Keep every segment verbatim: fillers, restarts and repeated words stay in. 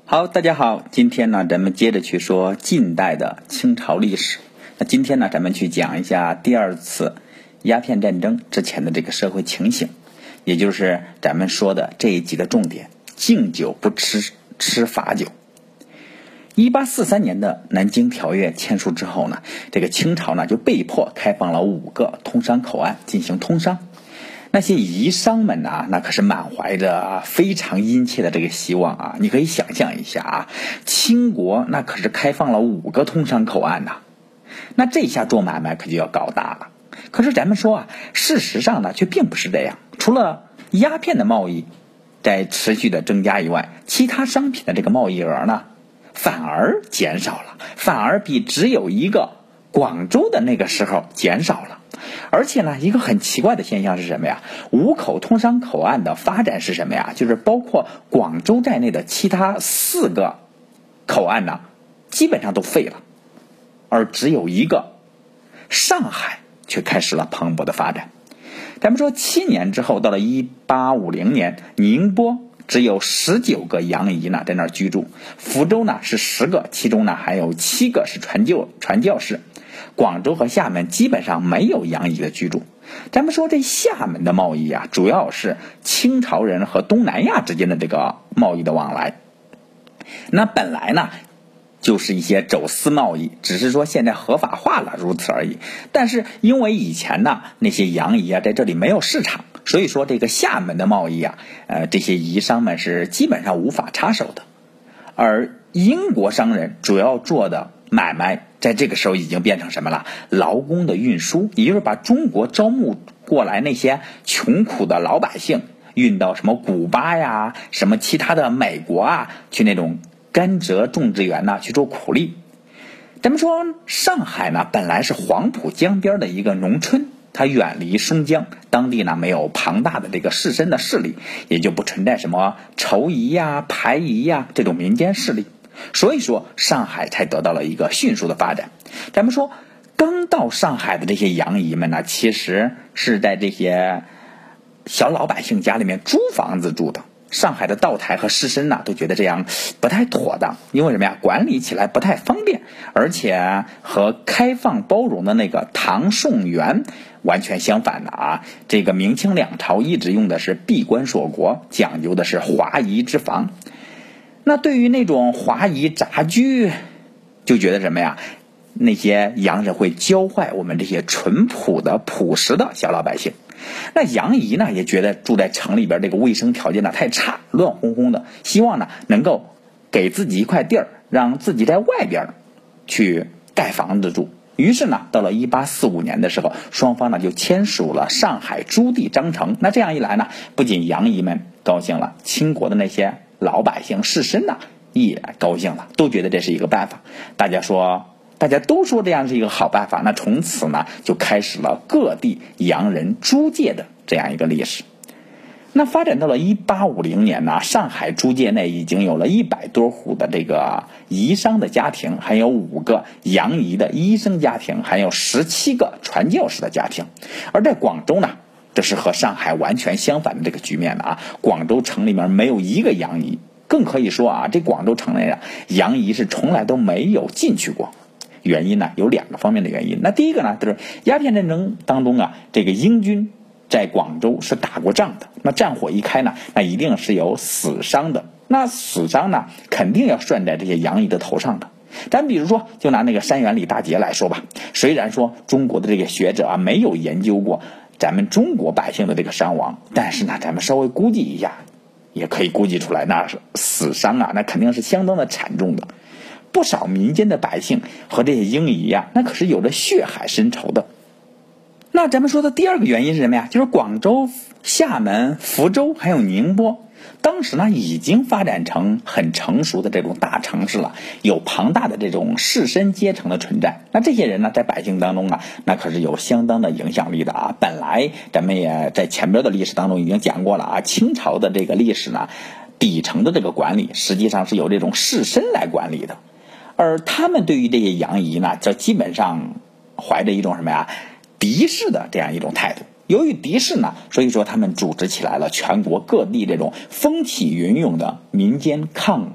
好，大家好，今天呢，咱们接着去说近代的清朝历史。那今天呢，咱们去讲一下第二次鸦片战争之前的这个社会情形，也就是咱们说的这一集的重点：敬酒不吃，吃罚酒。一八四三年的南京条约签署之后呢，这个清朝呢就被迫开放了五个通商口岸进行通商。那些夷商们啊，那可是满怀着非常殷切的这个希望啊！你可以想象一下啊，清国那可是开放了五个通商口岸呐、啊，那这下做买卖可就要搞大了。可是咱们说啊，事实上呢却并不是这样，除了鸦片的贸易在持续的增加以外，其他商品的这个贸易额呢反而减少了，反而比只有一个广州的那个时候减少了。而且呢，一个很奇怪的现象是什么呀？五口通商口岸的发展是什么呀？就是包括广州在内的其他四个口岸呢，基本上都废了，而只有一个上海却开始了蓬勃的发展。咱们说七年之后，到了一八五零年，宁波只有十九个洋夷呢在那儿居住，福州呢是十个，其中呢还有七个是传教传教士。广州和厦门基本上没有洋夷的居住。咱们说这厦门的贸易啊，主要是清朝人和东南亚之间的这个贸易的往来。那本来呢就是一些走私贸易，只是说现在合法化了，如此而已。但是因为以前呢那些洋夷啊在这里没有市场，所以说这个厦门的贸易啊，呃这些夷商们是基本上无法插手的。而英国商人主要做的买卖在这个时候已经变成什么了？劳工的运输，也就是把中国招募过来那些穷苦的老百姓运到什么古巴呀，什么其他的美国啊，去那种甘蔗种植园呐去做苦力。咱们说上海呢本来是黄浦江边的一个农村，它远离松江，当地呢没有庞大的这个士绅的势力，也就不存在什么筹夷呀、排夷呀这种民间势力。所以说上海才得到了一个迅速的发展。咱们说刚到上海的这些洋夷们呢，其实是在这些小老百姓家里面租房子住的。上海的道台和士绅呢都觉得这样不太妥当，因为什么呀？管理起来不太方便，而且和开放包容的那个唐宋元完全相反的啊。这个明清两朝一直用的是闭关锁国，讲究的是华夷之防。那对于那种华夷杂居，就觉得什么呀？那些洋人会教坏我们这些淳朴的朴实的小老百姓。那洋夷呢也觉得住在城里边这个卫生条件呢太差，乱哄哄的，希望呢能够给自己一块地儿，让自己在外边去盖房子住。于是呢到了一八四五年的时候，双方呢就签署了上海租地章程。那这样一来呢，不仅洋夷们高兴了，清国的那些老百姓士绅呢也高兴了，都觉得这是一个办法。大家说大家都说这样是一个好办法，那从此呢就开始了各地洋人租界的这样一个历史。那发展到了一八五零年呢，上海租界内已经有了一百多户的这个夷商的家庭，还有五个洋夷的医生家庭，还有十七个传教士的家庭。而在广州呢，这是和上海完全相反的这个局面的啊。广州城里面没有一个洋夷，更可以说啊，这广州城内啊，洋夷是从来都没有进去过。原因呢有两个方面的原因。那第一个呢，就是鸦片战争当中啊，这个英军在广州是打过仗的，那战火一开呢，那一定是有死伤的，那死伤呢肯定要算在这些洋夷的头上的。咱比如说就拿那个山原李大杰来说吧，虽然说中国的这个学者啊没有研究过咱们中国百姓的这个伤亡，但是呢咱们稍微估计一下也可以估计出来，那死伤啊那肯定是相当的惨重的。不少民间的百姓和这些英夷呀，那可是有着血海深仇的。那咱们说的第二个原因是什么呀？就是广州、厦门、福州还有宁波，当时呢已经发展成很成熟的这种大城市了，有庞大的这种士绅阶层的存在。那这些人呢，在百姓当中啊，那可是有相当的影响力的啊。本来咱们也在前边的历史当中已经讲过了啊，清朝的这个历史呢，底层的这个管理实际上是由这种士绅来管理的。而他们对于这些洋夷呢，这基本上怀着一种什么呀，敌视的这样一种态度。由于敌视呢，所以说他们组织起来了全国各地这种风起云涌的民间抗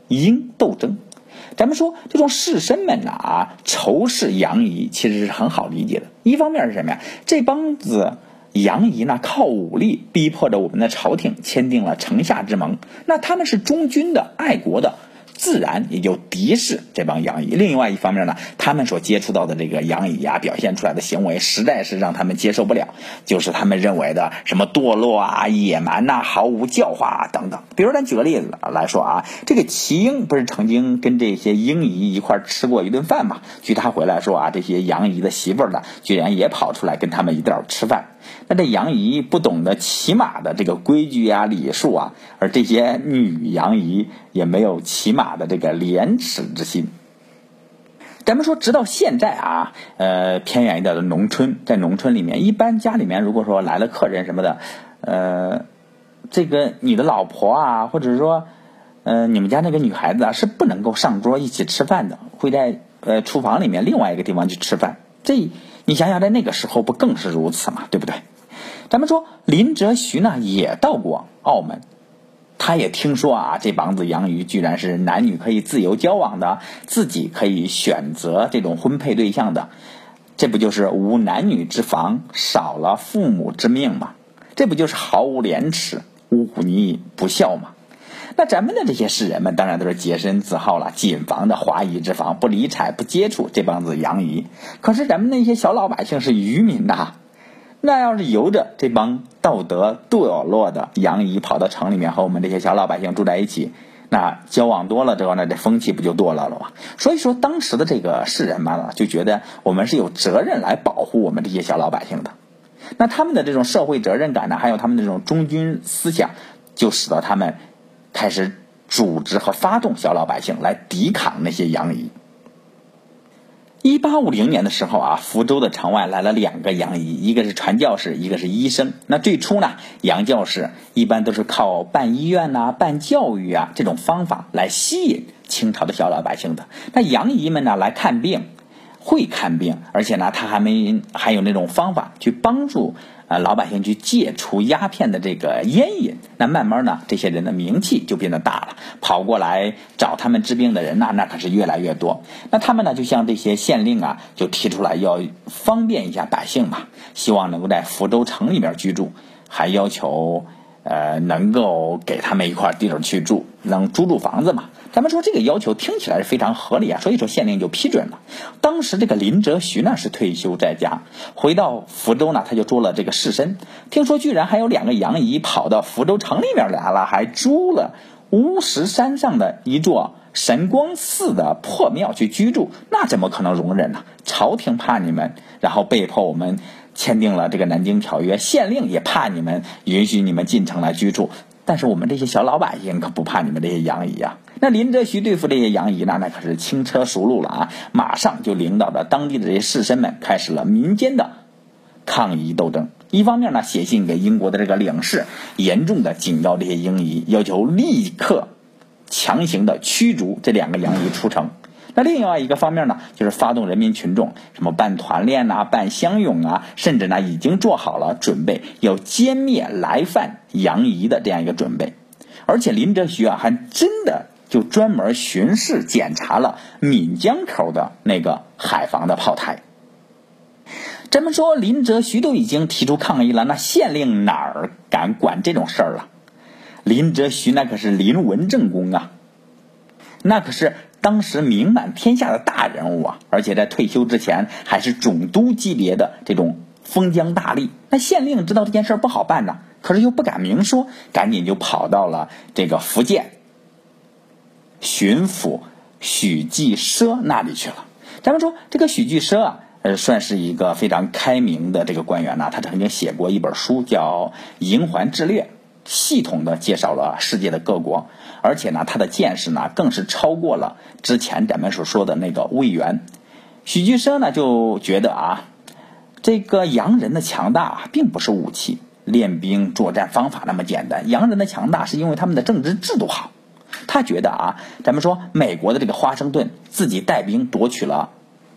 英斗争。咱们说这种士绅们呐啊，仇视杨仪其实是很好理解的。一方面是什么呀？这帮子杨仪呢靠武力逼迫着我们的朝廷签订了城下之盟，那他们是忠君的、爱国的，自然也就敌视这帮杨仪。另外一方面呢，他们所接触到的这个杨仪啊，表现出来的行为实在是让他们接受不了，就是他们认为的什么堕落啊、野蛮呐、啊、毫无教化啊等等。比如咱举个例子来说啊，这个齐英不是曾经跟这些英仪一块吃过一顿饭嘛？据他回来说啊，这些杨仪的媳妇儿呢，居然也跑出来跟他们一道吃饭。那这杨仪不懂得骑马的这个规矩啊、礼数啊，而这些女杨仪也没有骑马的这个廉耻之心。咱们说直到现在啊，呃，偏远一点的农村，在农村里面，一般家里面如果说来了客人什么的，呃，这个你的老婆啊，或者说呃你们家那个女孩子啊，是不能够上桌一起吃饭的，会在呃厨房里面另外一个地方去吃饭。这你想想，在那个时候不更是如此吗？对不对？咱们说林则徐呢也到过澳门，他也听说啊，这帮子杨仪居然是男女可以自由交往的，自己可以选择这种婚配对象的，这不就是无男女之防，少了父母之命吗？这不就是毫无廉耻、忤逆不孝吗？那咱们的这些士人们当然都是洁身自好了，谨防的华夷之防，不理睬不接触这帮子杨仪。可是咱们那些小老百姓是渔民呐，那要是由着这帮道德堕落的杨仪跑到城里面和我们这些小老百姓住在一起，那交往多了之后呢，这风气不就堕落了吗？所以说当时的这个士人们就觉得我们是有责任来保护我们这些小老百姓的。那他们的这种社会责任感呢，还有他们的这种忠君思想，就使得他们开始组织和发动小老百姓来抵抗那些杨仪。一八五零年的时候啊，福州的城外来了两个杨仪，一个是传教士，一个是医生。那最初呢，杨教士一般都是靠办医院啊、办教育啊这种方法来吸引清朝的小老百姓的。那杨仪们呢来看病，会看病，而且呢他还没还有那种方法去帮助呃，老百姓去戒除鸦片的这个烟瘾。那慢慢呢，这些人的名气就变得大了，跑过来找他们治病的人呢，那可是越来越多。那他们呢，就像这些县令啊，就提出来要方便一下百姓嘛，希望能够在福州城里面居住，还要求呃能够给他们一块地儿去住，能租住房子嘛。咱们说这个要求听起来是非常合理啊，所以说县令就批准了。当时这个林则徐呢是退休在家，回到福州呢，他就做了这个士绅。听说居然还有两个杨仪跑到福州城里面来了，还租了乌石山上的一座神光寺的破庙去居住，那怎么可能容忍呢？朝廷怕你们，然后被迫我们签订了这个南京条约，县令也怕你们，允许你们进城来居住。但是我们这些小老百姓可不怕你们这些杨仪啊。那林则徐对付这些杨仪呢，那可是轻车熟路了啊，马上就领导着当地的这些士绅们开始了民间的抗议斗争。一方面呢，写信给英国的这个领事，严重的警告这些英仪，要求立刻强行的驱逐这两个杨仪出城。那另外一个方面呢，就是发动人民群众什么办团练啊、办乡勇啊，甚至呢已经做好了准备要歼灭来犯杨仪的这样一个准备。而且林则徐啊还真的就专门巡视检查了闽江口的那个海防的炮台。咱们说林则徐都已经提出抗议了，那县令哪儿敢管这种事儿了？林则徐那可是林文正公啊，那可是当时名满天下的大人物啊，而且在退休之前还是总督级别的这种封疆大吏。那县令知道这件事不好办呢，可是又不敢明说，赶紧就跑到了这个福建巡抚许继奢那里去了。咱们说这个许继奢啊，呃，算是一个非常开明的这个官员呢、啊，他曾经写过一本书叫《瀛环志略》，系统的介绍了世界的各国，而且呢，他的见识呢更是超过了之前咱们所说的那个魏源。许继奢呢就觉得啊，这个洋人的强大并不是武器、练兵作战方法那么简单，洋人的强大是因为他们的政治制度好。他觉得啊，咱们说美国的这个华盛顿自己带兵夺取了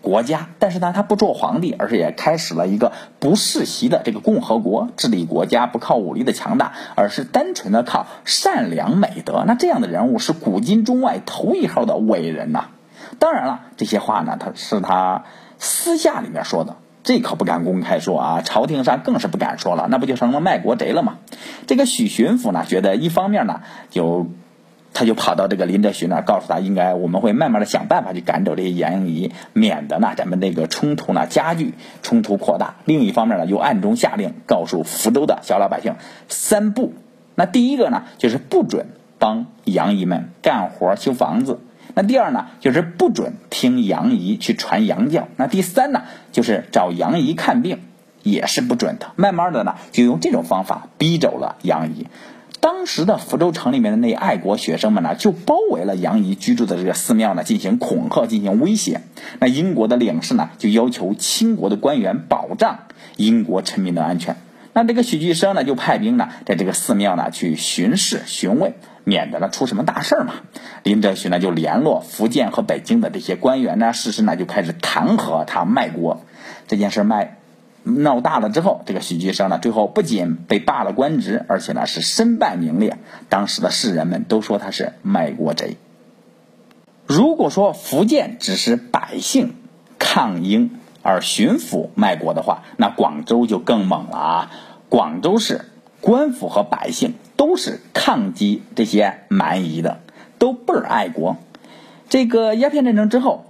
国家，但是呢他不做皇帝，而是也开始了一个不世袭的这个共和国，治理国家不靠武力的强大，而是单纯的靠善良美德。那这样的人物是古今中外头一号的伟人呐、啊。当然了，这些话呢他是他私下里面说的，这可不敢公开说啊，朝廷上更是不敢说了，那不就成了卖国贼了吗？这个许巡抚呢，觉得一方面呢，就他就跑到这个林则徐那儿，告诉他应该我们会慢慢的想办法去赶走这些杨仪，免得呢咱们这个冲突呢加剧，冲突扩大。另一方面呢，又暗中下令告诉福州的小老百姓三不。那第一个呢，就是不准帮杨仪们干活修房子。那第二呢，就是不准听杨仪去传洋教。那第三呢，就是找杨仪看病也是不准的。慢慢的呢，就用这种方法逼走了杨仪。当时的福州城里面的那爱国学生们呢，就包围了杨仪居住的这个寺庙呢，进行恐吓，进行威胁。那英国的领事呢，就要求清国的官员保障英国臣民的安全。那这个许继生呢，就派兵呢，在这个寺庙呢去巡视询问，免得呢出什么大事嘛。林则徐呢就联络福建和北京的这些官员呢，事实呢就开始弹劾他卖国。这件事卖闹大了之后，这个许继生呢最后不仅被罢了官职，而且呢是身败名裂。当时的士人们都说他是卖国贼。如果说福建只是百姓抗英而巡抚卖国的话，那广州就更猛了啊！广州市官府和百姓都是抗击这些蛮夷的，都倍儿爱国。这个鸦片战争之后，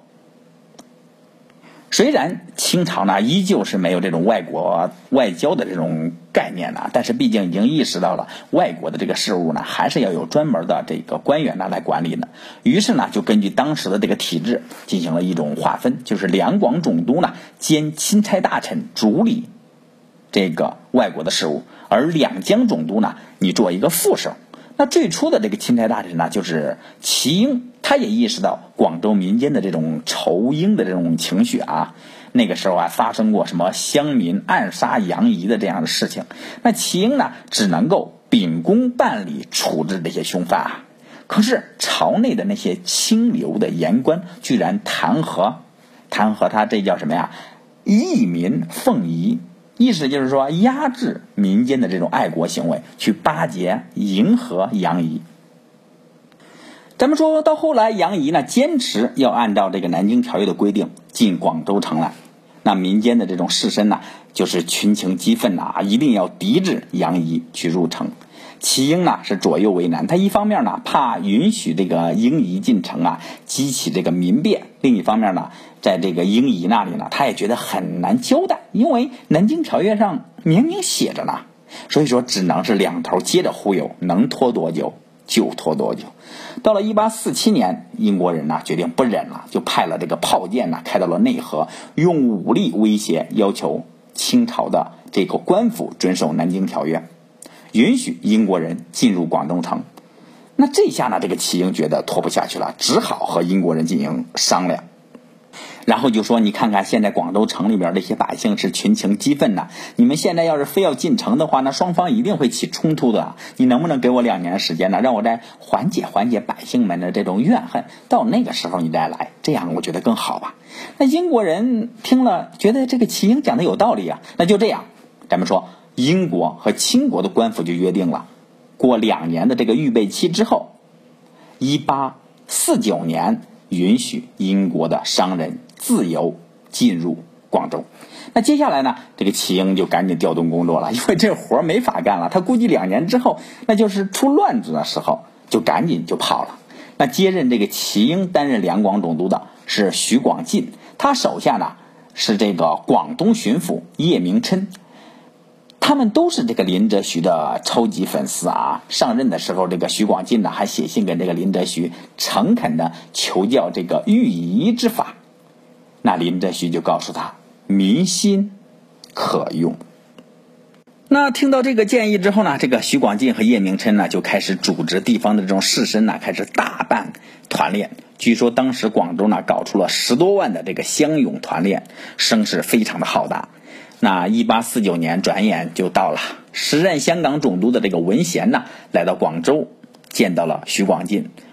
虽然清朝呢依旧是没有这种外国外交的这种概念呢，但是毕竟已经意识到了外国的这个事务呢，还是要有专门的这个官员呢来管理的。于是呢，就根据当时的这个体制进行了一种划分，就是两广总督呢兼钦差大臣，主理这个外国的事务，而两江总督呢，你做一个副手。那最初的这个钦差大臣呢，就是齐英，他也意识到广州民间的这种仇英的这种情绪啊。那个时候啊，发生过什么乡民暗杀杨仪的这样的事情。那齐英呢，只能够秉公办理处置这些凶犯啊。可是朝内的那些清流的言官，居然弹劾，弹劾他，这叫什么呀？义民奉仪。意思就是说，压制民间的这种爱国行为，去巴结迎合杨仪。咱们说到后来，杨仪呢坚持要按照这个南京条约的规定进广州城来，那民间的这种士绅呢，就是群情激愤呐、啊，一定要抵制杨仪去入城。齐英呢是左右为难，他一方面呢怕允许这个英仪进城啊，激起这个民变；另一方面呢，在这个英仪那里呢，他也觉得很难交代，因为南京条约上明明写着呢，所以说只能是两头接着忽悠，能拖多久就拖多久。到了一八四七年，英国人呢决定不忍了，就派了这个炮舰呢开到了内河，用武力威胁，要求清朝的这个官府遵守南京条约，允许英国人进入广东城。那这下呢，这个齐英觉得拖不下去了，只好和英国人进行商量。然后就说，你看看现在广州城里边这些百姓是群情激愤呐，你们现在要是非要进城的话，那双方一定会起冲突的。你能不能给我两年时间呢，让我再缓解缓解百姓们的这种怨恨，到那个时候你再来，这样我觉得更好吧。那英国人听了觉得这个齐英讲的有道理啊，那就这样，咱们说英国和清国的官府就约定了，过两年的这个预备期之后，一八四九年允许英国的商人自由进入广州。那接下来呢，这个齐英就赶紧调动工作了，因为这活没法干了，他估计两年之后，那就是出乱子的时候，就赶紧就跑了。那接任这个齐英担任两广总督的是徐广进，他手下呢是这个广东巡抚叶明琛，他们都是这个林则徐的超级粉丝啊。上任的时候，这个徐广进呢还写信给这个林则徐，诚恳的求教这个御夷之法。那林则徐就告诉他，民心可用。那听到这个建议之后呢，这个徐广进和叶明琛呢就开始组织地方的这种士绅呢，开始大办团练。据说当时广州呢搞出了十多万的这个乡勇团练，声势非常的浩大。那一八四九年转眼就到了，时任香港总督的这个文贤呢来到广州，见到了徐广进。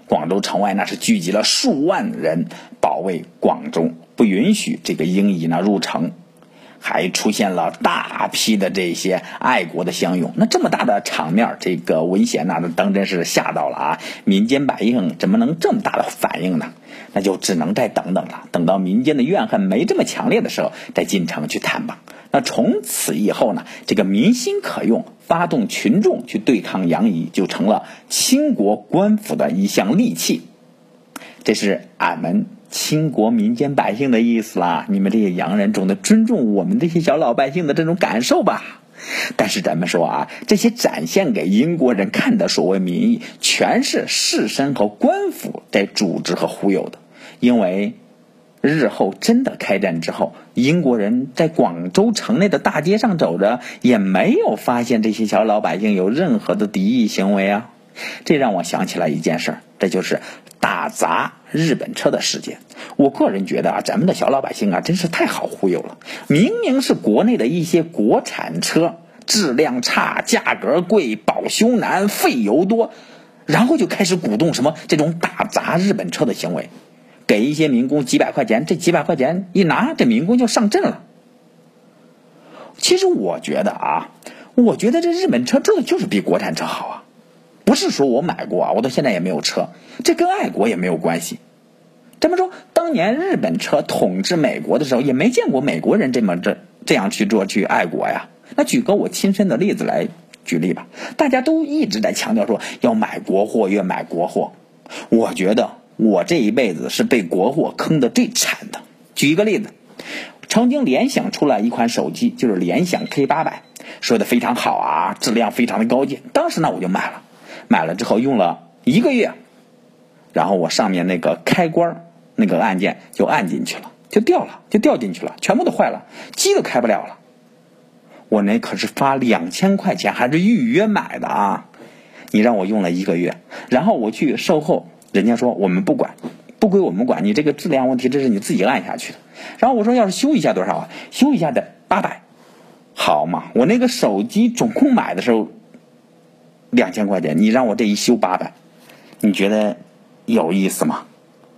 广州城外那是聚集了数万人保卫广州，不允许这个英夷呢入城，还出现了大批的这些爱国的乡勇。那这么大的场面，这个文贤呐，当真是吓到了啊！民间百姓怎么能这么大的反应呢？那就只能再等等了，等到民间的怨恨没这么强烈的时候，再进城去探访。那从此以后呢，这个民心可用，发动群众去对抗洋夷，就成了倾国官府的一项利器。这是俺们倾国民间百姓的意思啦，你们这些洋人总得尊重我们这些小老百姓的这种感受吧。但是咱们说啊，这些展现给英国人看的所谓民意，全是士绅和官府在组织和忽悠的。因为日后真的开战之后，英国人在广州城内的大街上走着，也没有发现这些小老百姓有任何的敌意行为啊。这让我想起来一件事，这就是打砸日本车的事件。我个人觉得啊，咱们的小老百姓啊，真是太好忽悠了。明明是国内的一些国产车，质量差、价格贵、保修难、费油多，然后就开始鼓动什么这种打砸日本车的行为，给一些民工几百块钱，这几百块钱一拿，这民工就上阵了。其实我觉得啊，我觉得这日本车真的就是比国产车好啊。不是说我买过啊，我到现在也没有车，这跟爱国也没有关系。这么说，当年日本车统治美国的时候，也没见过美国人这么这这样去做去爱国呀。那举个我亲身的例子来举例吧，大家都一直在强调说要买国货，越买国货。我觉得我这一辈子是被国货坑得最惨的。举一个例子，曾经联想出来一款手机，就是联想 K 八百， 说的非常好啊，质量非常的高级。当时呢我就买了，买了之后用了一个月，然后我上面那个开关那个按键就按进去了，就掉了，就掉进去了，全部都坏了，机都开不了了。我那可是发两千块钱，还是预约买的啊！你让我用了一个月，然后我去售后，人家说我们不管，不归我们管，你这个质量问题这是你自己按下去的。然后我说要是修一下多少啊？修一下得八百，好嘛，我那个手机总共买的时候两千块钱，你让我这一修八百，你觉得有意思吗？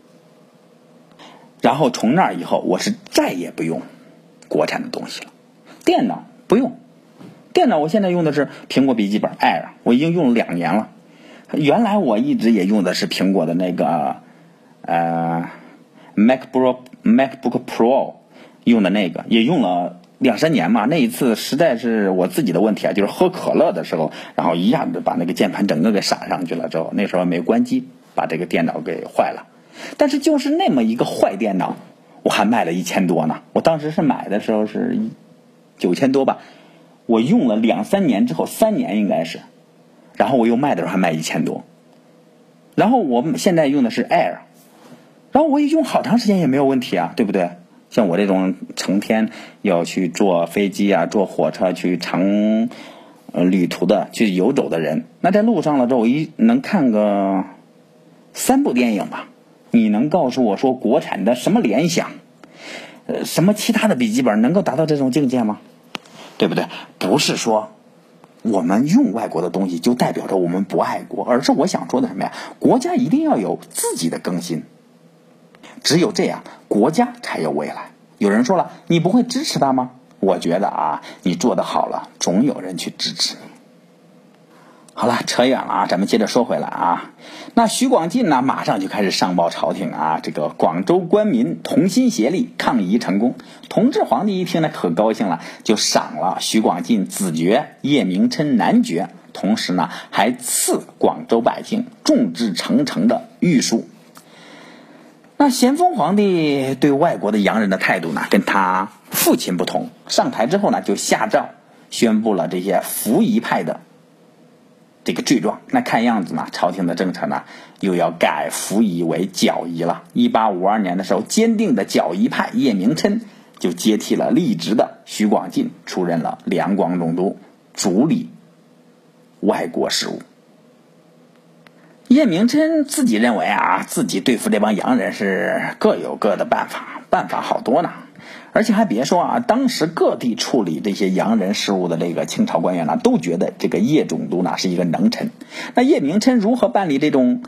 然后从那以后，我是再也不用国产的东西了。电脑不用，电脑我现在用的是苹果笔记本 Air， 我已经用了两年了。原来我一直也用的是苹果的那个呃 MacBook MacBook Pro 用的那个，也用了两三年嘛。那一次实在是我自己的问题啊，就是喝可乐的时候，然后一下子把那个键盘整个给闪上去了之后，那时候没关机，把这个电脑给坏了。但是就是那么一个坏电脑，我还卖了一千多呢。我当时是买的时候是九千多吧，我用了两三年之后，三年应该是，然后我又卖的时候还卖一千多。然后我现在用的是 Air， 然后我一用好长时间也没有问题啊，对不对？像我这种成天要去坐飞机啊、坐火车去长呃旅途的、去游走的人，那在路上了之后，我一能看个三部电影吧。你能告诉我说国产的什么联想，呃，什么其他的笔记本能够达到这种境界吗？对不对？不是说我们用外国的东西就代表着我们不爱国，而是我想说的什么呀？国家一定要有自己的更新，只有这样，国家才有未来。有人说了，你不会支持他吗？我觉得啊，你做得好了，总有人去支持你。好了，扯远了啊，咱们接着说回来啊。那徐广进呢，马上就开始上报朝廷啊，这个广州官民同心协力，抗夷成功。同治皇帝一听呢，可高兴了，就赏了徐广进子爵，叶明琛男爵，同时呢，还赐广州百姓众志成城的玉书。那咸丰皇帝对外国的洋人的态度呢，跟他父亲不同。上台之后呢，就下诏宣布了这些扶夷派的这个罪状。那看样子呢，朝廷的政策呢又要改扶夷为剿夷了。一八五二年的时候，坚定的剿夷派叶明琛就接替了立职的徐广进，出任了两广总督，主理外国事务。叶明琛自己认为啊，自己对付这帮洋人是各有各的办法，办法好多呢。而且还别说啊，当时各地处理这些洋人事务的这个清朝官员呢，都觉得这个叶总督呢是一个能臣。那叶明琛如何办理这种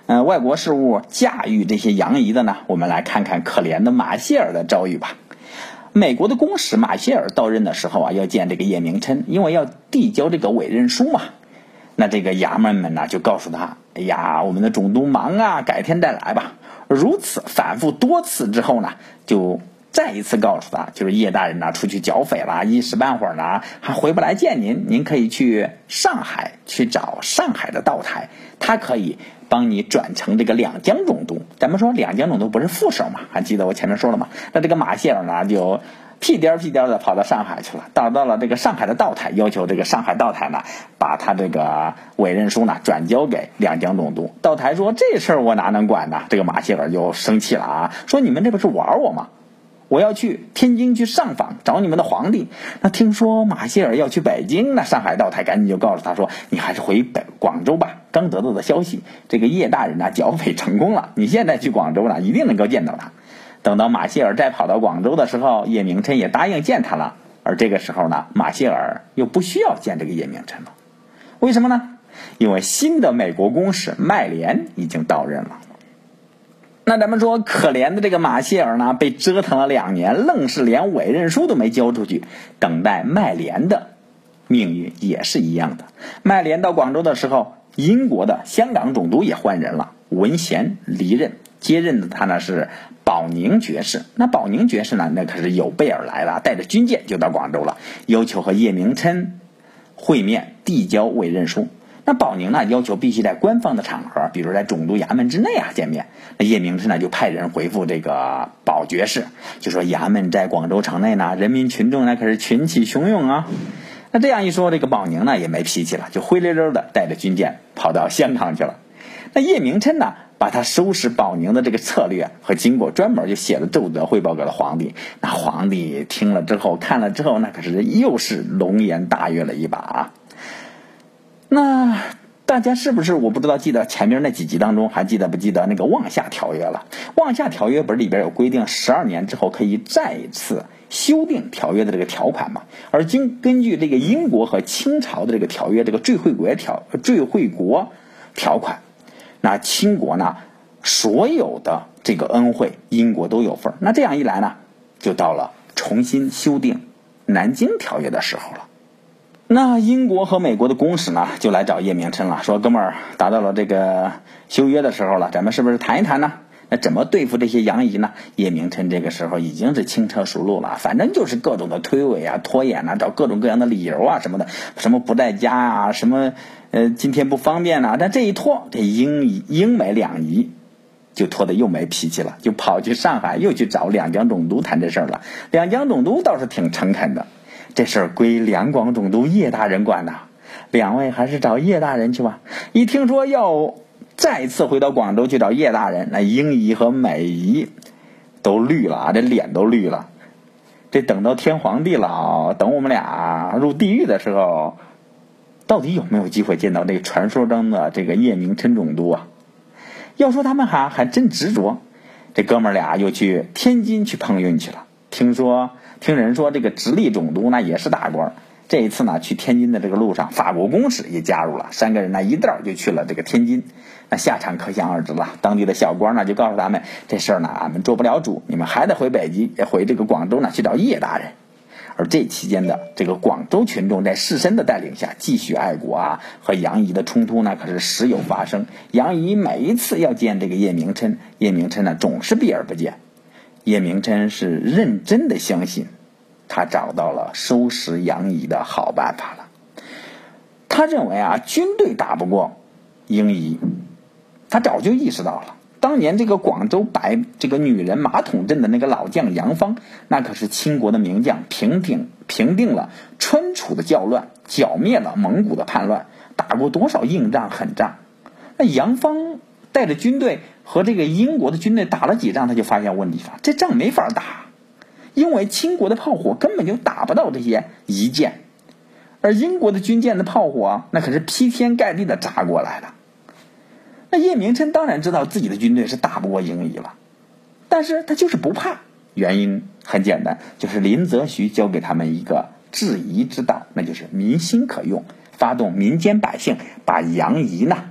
呃，外国事务驾驭这些洋夷的呢，我们来看看可怜的马歇尔的遭遇吧。美国的公使马歇尔到任的时候啊，要见这个叶明琛，因为要递交这个委任书嘛。那这个衙门们呢就告诉他，哎呀，我们的总督忙啊，改天再来吧。如此反复多次之后呢，就再一次告诉他，就是叶大人呢出去剿匪了，一时半会儿呢还回不来见您，您可以去上海去找上海的道台，他可以帮你转成这个两江总督。咱们说两江总督不是副手嘛，还记得我前面说了吗？那这个马歇尔呢就屁颠屁颠的跑到上海去了，到到了这个上海的道台，要求这个上海道台呢把他这个委任书呢转交给两江总督。道台说这事儿我哪能管呢？这个马歇尔就生气了啊，说你们这不是玩我吗？我要去天津去上访找你们的皇帝。那听说马歇尔要去北京，那上海道台赶紧就告诉他说，你还是回北广州吧。刚得到的消息，这个叶大人呢剿匪成功了，你现在去广州呢一定能够见到他。等到马歇尔再跑到广州的时候，叶明琛也答应见他了。而这个时候呢，马歇尔又不需要见这个叶明琛了。为什么呢？因为新的美国公使麦连已经到任了。那咱们说可怜的这个马歇尔呢，被折腾了两年，愣是连委任书都没交出去，等待麦连的命运也是一样的。麦连到广州的时候，英国的香港总督也换人了，文贤离任，接任的他呢是保宁爵士。那保宁爵士呢，那可是有备而来了，带着军舰就到广州了，要求和叶明琛会面，递交委任书。那保宁呢要求必须在官方的场合，比如在总督衙门之内啊见面。那叶明琛呢就派人回复这个保爵士，就说衙门在广州城内呢，人民群众呢可是群起汹涌啊。那这样一说，这个保宁呢也没脾气了，就灰溜溜的带着军舰跑到香港去了。那叶明琛呢把他收拾保宁的这个策略和经过专门就写了奏折汇报给了皇帝。那皇帝听了之后看了之后，那可是又是龙颜大悦了一把啊。那大家是不是我不知道记得前面那几集当中还记得不记得那个望夏条约了？望夏条约不是里边有规定十二年之后可以再次修订条约的这个条款嘛？而经根据这个英国和清朝的这个条约，这个最惠国条最惠国条款，那清国呢所有的这个恩惠英国都有份。那这样一来呢，就到了重新修订南京条约的时候了。那英国和美国的公使呢就来找叶明琛了，说哥们儿，达到了这个修约的时候了，咱们是不是谈一谈呢？那怎么对付这些洋夷呢？叶明琛这个时候已经是轻车熟路了，反正就是各种的推诿啊、拖延啊，找各种各样的理由啊什么的，什么不在家啊，什么呃今天不方便啊。但这一拖，这英夷英美两夷就拖得又没脾气了，就跑去上海又去找两江总督谈这事儿了。两江总督倒是挺诚恳的，这事儿归两广总督叶大人管呐，两位还是找叶大人去吧。一听说要再次回到广州去找叶大人，那英夷和美夷都绿了啊，这脸都绿了。这等到天皇地老，等我们俩入地狱的时候，到底有没有机会见到这个传说中的这个叶明琛总督啊？要说他们还还真执着，这哥们俩又去天津去碰运去了。听说听人说这个直隶总督那也是大官，这一次呢去天津的这个路上，法国公使也加入了，三个人呢一道就去了这个天津。那下场可想而知了，当地的小官呢就告诉他们，这事儿呢俺们做不了主，你们还得回北极回这个广州呢去找叶大人。而这期间的这个广州群众在士绅的带领下继续爱国啊，和洋夷的冲突呢可是时有发生。洋夷每一次要见这个叶明琛，叶明琛呢总是避而不见。叶明琛是认真的相信他找到了收拾洋夷的好办法了。他认为啊军队打不过英夷，他早就意识到了。当年这个广州白这个女人马桶镇的那个老将杨芳，那可是清国的名将，平定平定了川楚的教乱，剿灭了蒙古的叛乱，打过多少硬仗狠仗。那杨芳带着军队和这个英国的军队打了几仗，他就发现问题了，这仗没法打，因为清国的炮火根本就打不到这些夷舰，而英国的军舰的炮火啊，那可是劈天盖地的砸过来的。那叶明琛当然知道自己的军队是打不过英夷了，但是他就是不怕，原因很简单，就是林则徐教给他们一个制夷之道，那就是民心可用，发动民间百姓把洋夷呢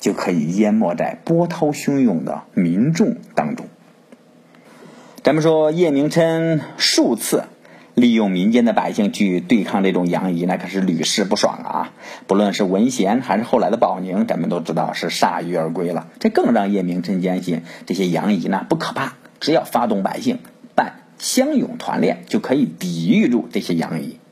就可以淹没在波涛汹涌的民众当中。咱们说叶明琛数次利用民间的百姓去对抗这种洋夷，那可是屡试不爽啊！不论是文贤还是后来的保宁，咱们都知道是铩羽而归了。这更让叶明琛坚信这些洋夷呢不可怕，只要发动百姓办乡勇团练，就可以抵御住这些洋夷。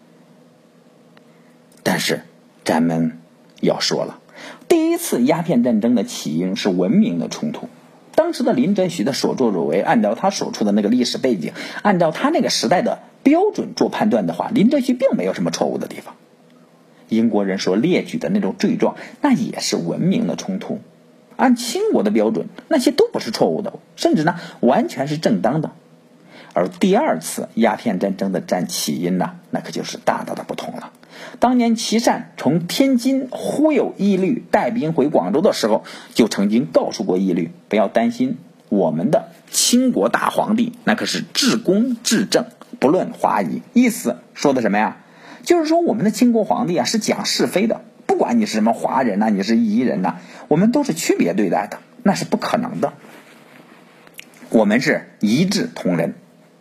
但是咱们要说了，第一次鸦片战争的起因是文明的冲突。当时的林则徐的所作所为，按照他所处的那个历史背景，按照他那个时代的标准做判断的话，林则徐并没有什么错误的地方。英国人所列举的那种罪状，那也是文明的冲突。按清国的标准，那些都不是错误的，甚至呢完全是正当的。而第二次鸦片战争的战起因呢，那可就是大大的不同了。当年琦善从天津忽悠义律带兵回广州的时候，就曾经告诉过义律，不要担心，我们的清国大皇帝那可是至公至正，不论华夷。意思说的什么呀？就是说我们的清国皇帝啊是讲是非的，不管你是什么华人呐、啊，你是夷人呐、啊，我们都是区别对待的，那是不可能的。我们是一视同仁。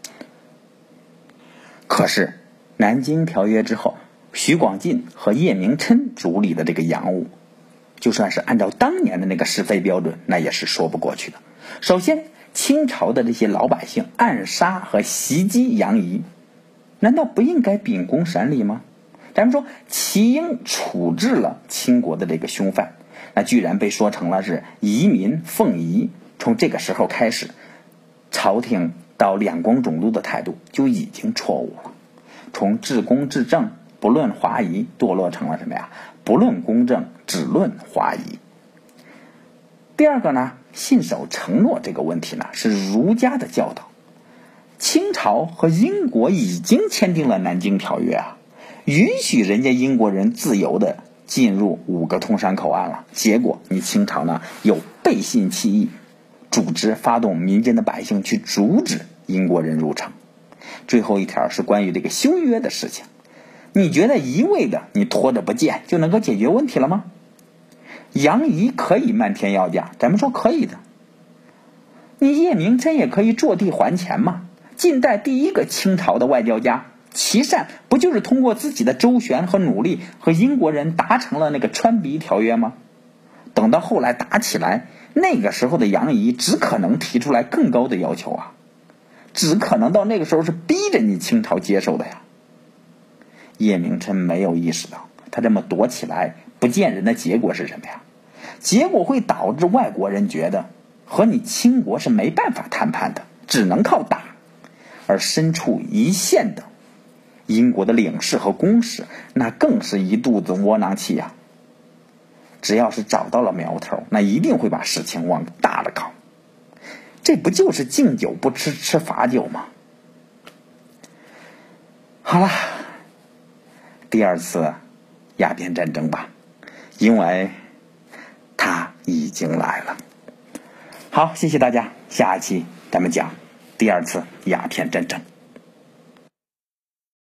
可是南京条约之后，徐广进和叶明琛主理的这个洋务，就算是按照当年的那个是非标准，那也是说不过去的。首先，清朝的这些老百姓暗杀和袭击洋夷，难道不应该秉公审理吗？咱们说齐英处置了清国的这个凶犯，那居然被说成了是夷民奉夷。从这个时候开始，朝廷到两广总督的态度就已经错误了，从至公至正不论华夷堕落成了什么呀？不论公正，只论华夷。第二个呢，信守承诺这个问题呢，是儒家的教导。清朝和英国已经签订了南京条约啊，允许人家英国人自由的进入五个通商口岸了。结果你清朝呢又背信弃义，组织发动民间的百姓去阻止英国人入城。最后一条是关于这个修约的事情。你觉得一味的你拖着不见就能够解决问题了吗？洋夷可以漫天要价，咱们说可以的。你叶明琛也可以坐地还钱嘛。近代第一个清朝的外交家琦善，不就是通过自己的周旋和努力和英国人达成了那个川鼻条约吗？等到后来打起来，那个时候的洋夷只可能提出来更高的要求啊，只可能到那个时候是逼着你清朝接受的呀。叶明琛没有意识到，他这么躲起来不见人的结果是什么呀？结果会导致外国人觉得和你清国是没办法谈判的，只能靠打。而身处一线的英国的领事和公使，那更是一肚子窝囊气呀。只要是找到了苗头，那一定会把事情往大了搞。这不就是敬酒不吃吃罚酒吗？好了，第二次鸦片战争吧，因为它已经来了。好，谢谢大家，下一期咱们讲第二次鸦片战争。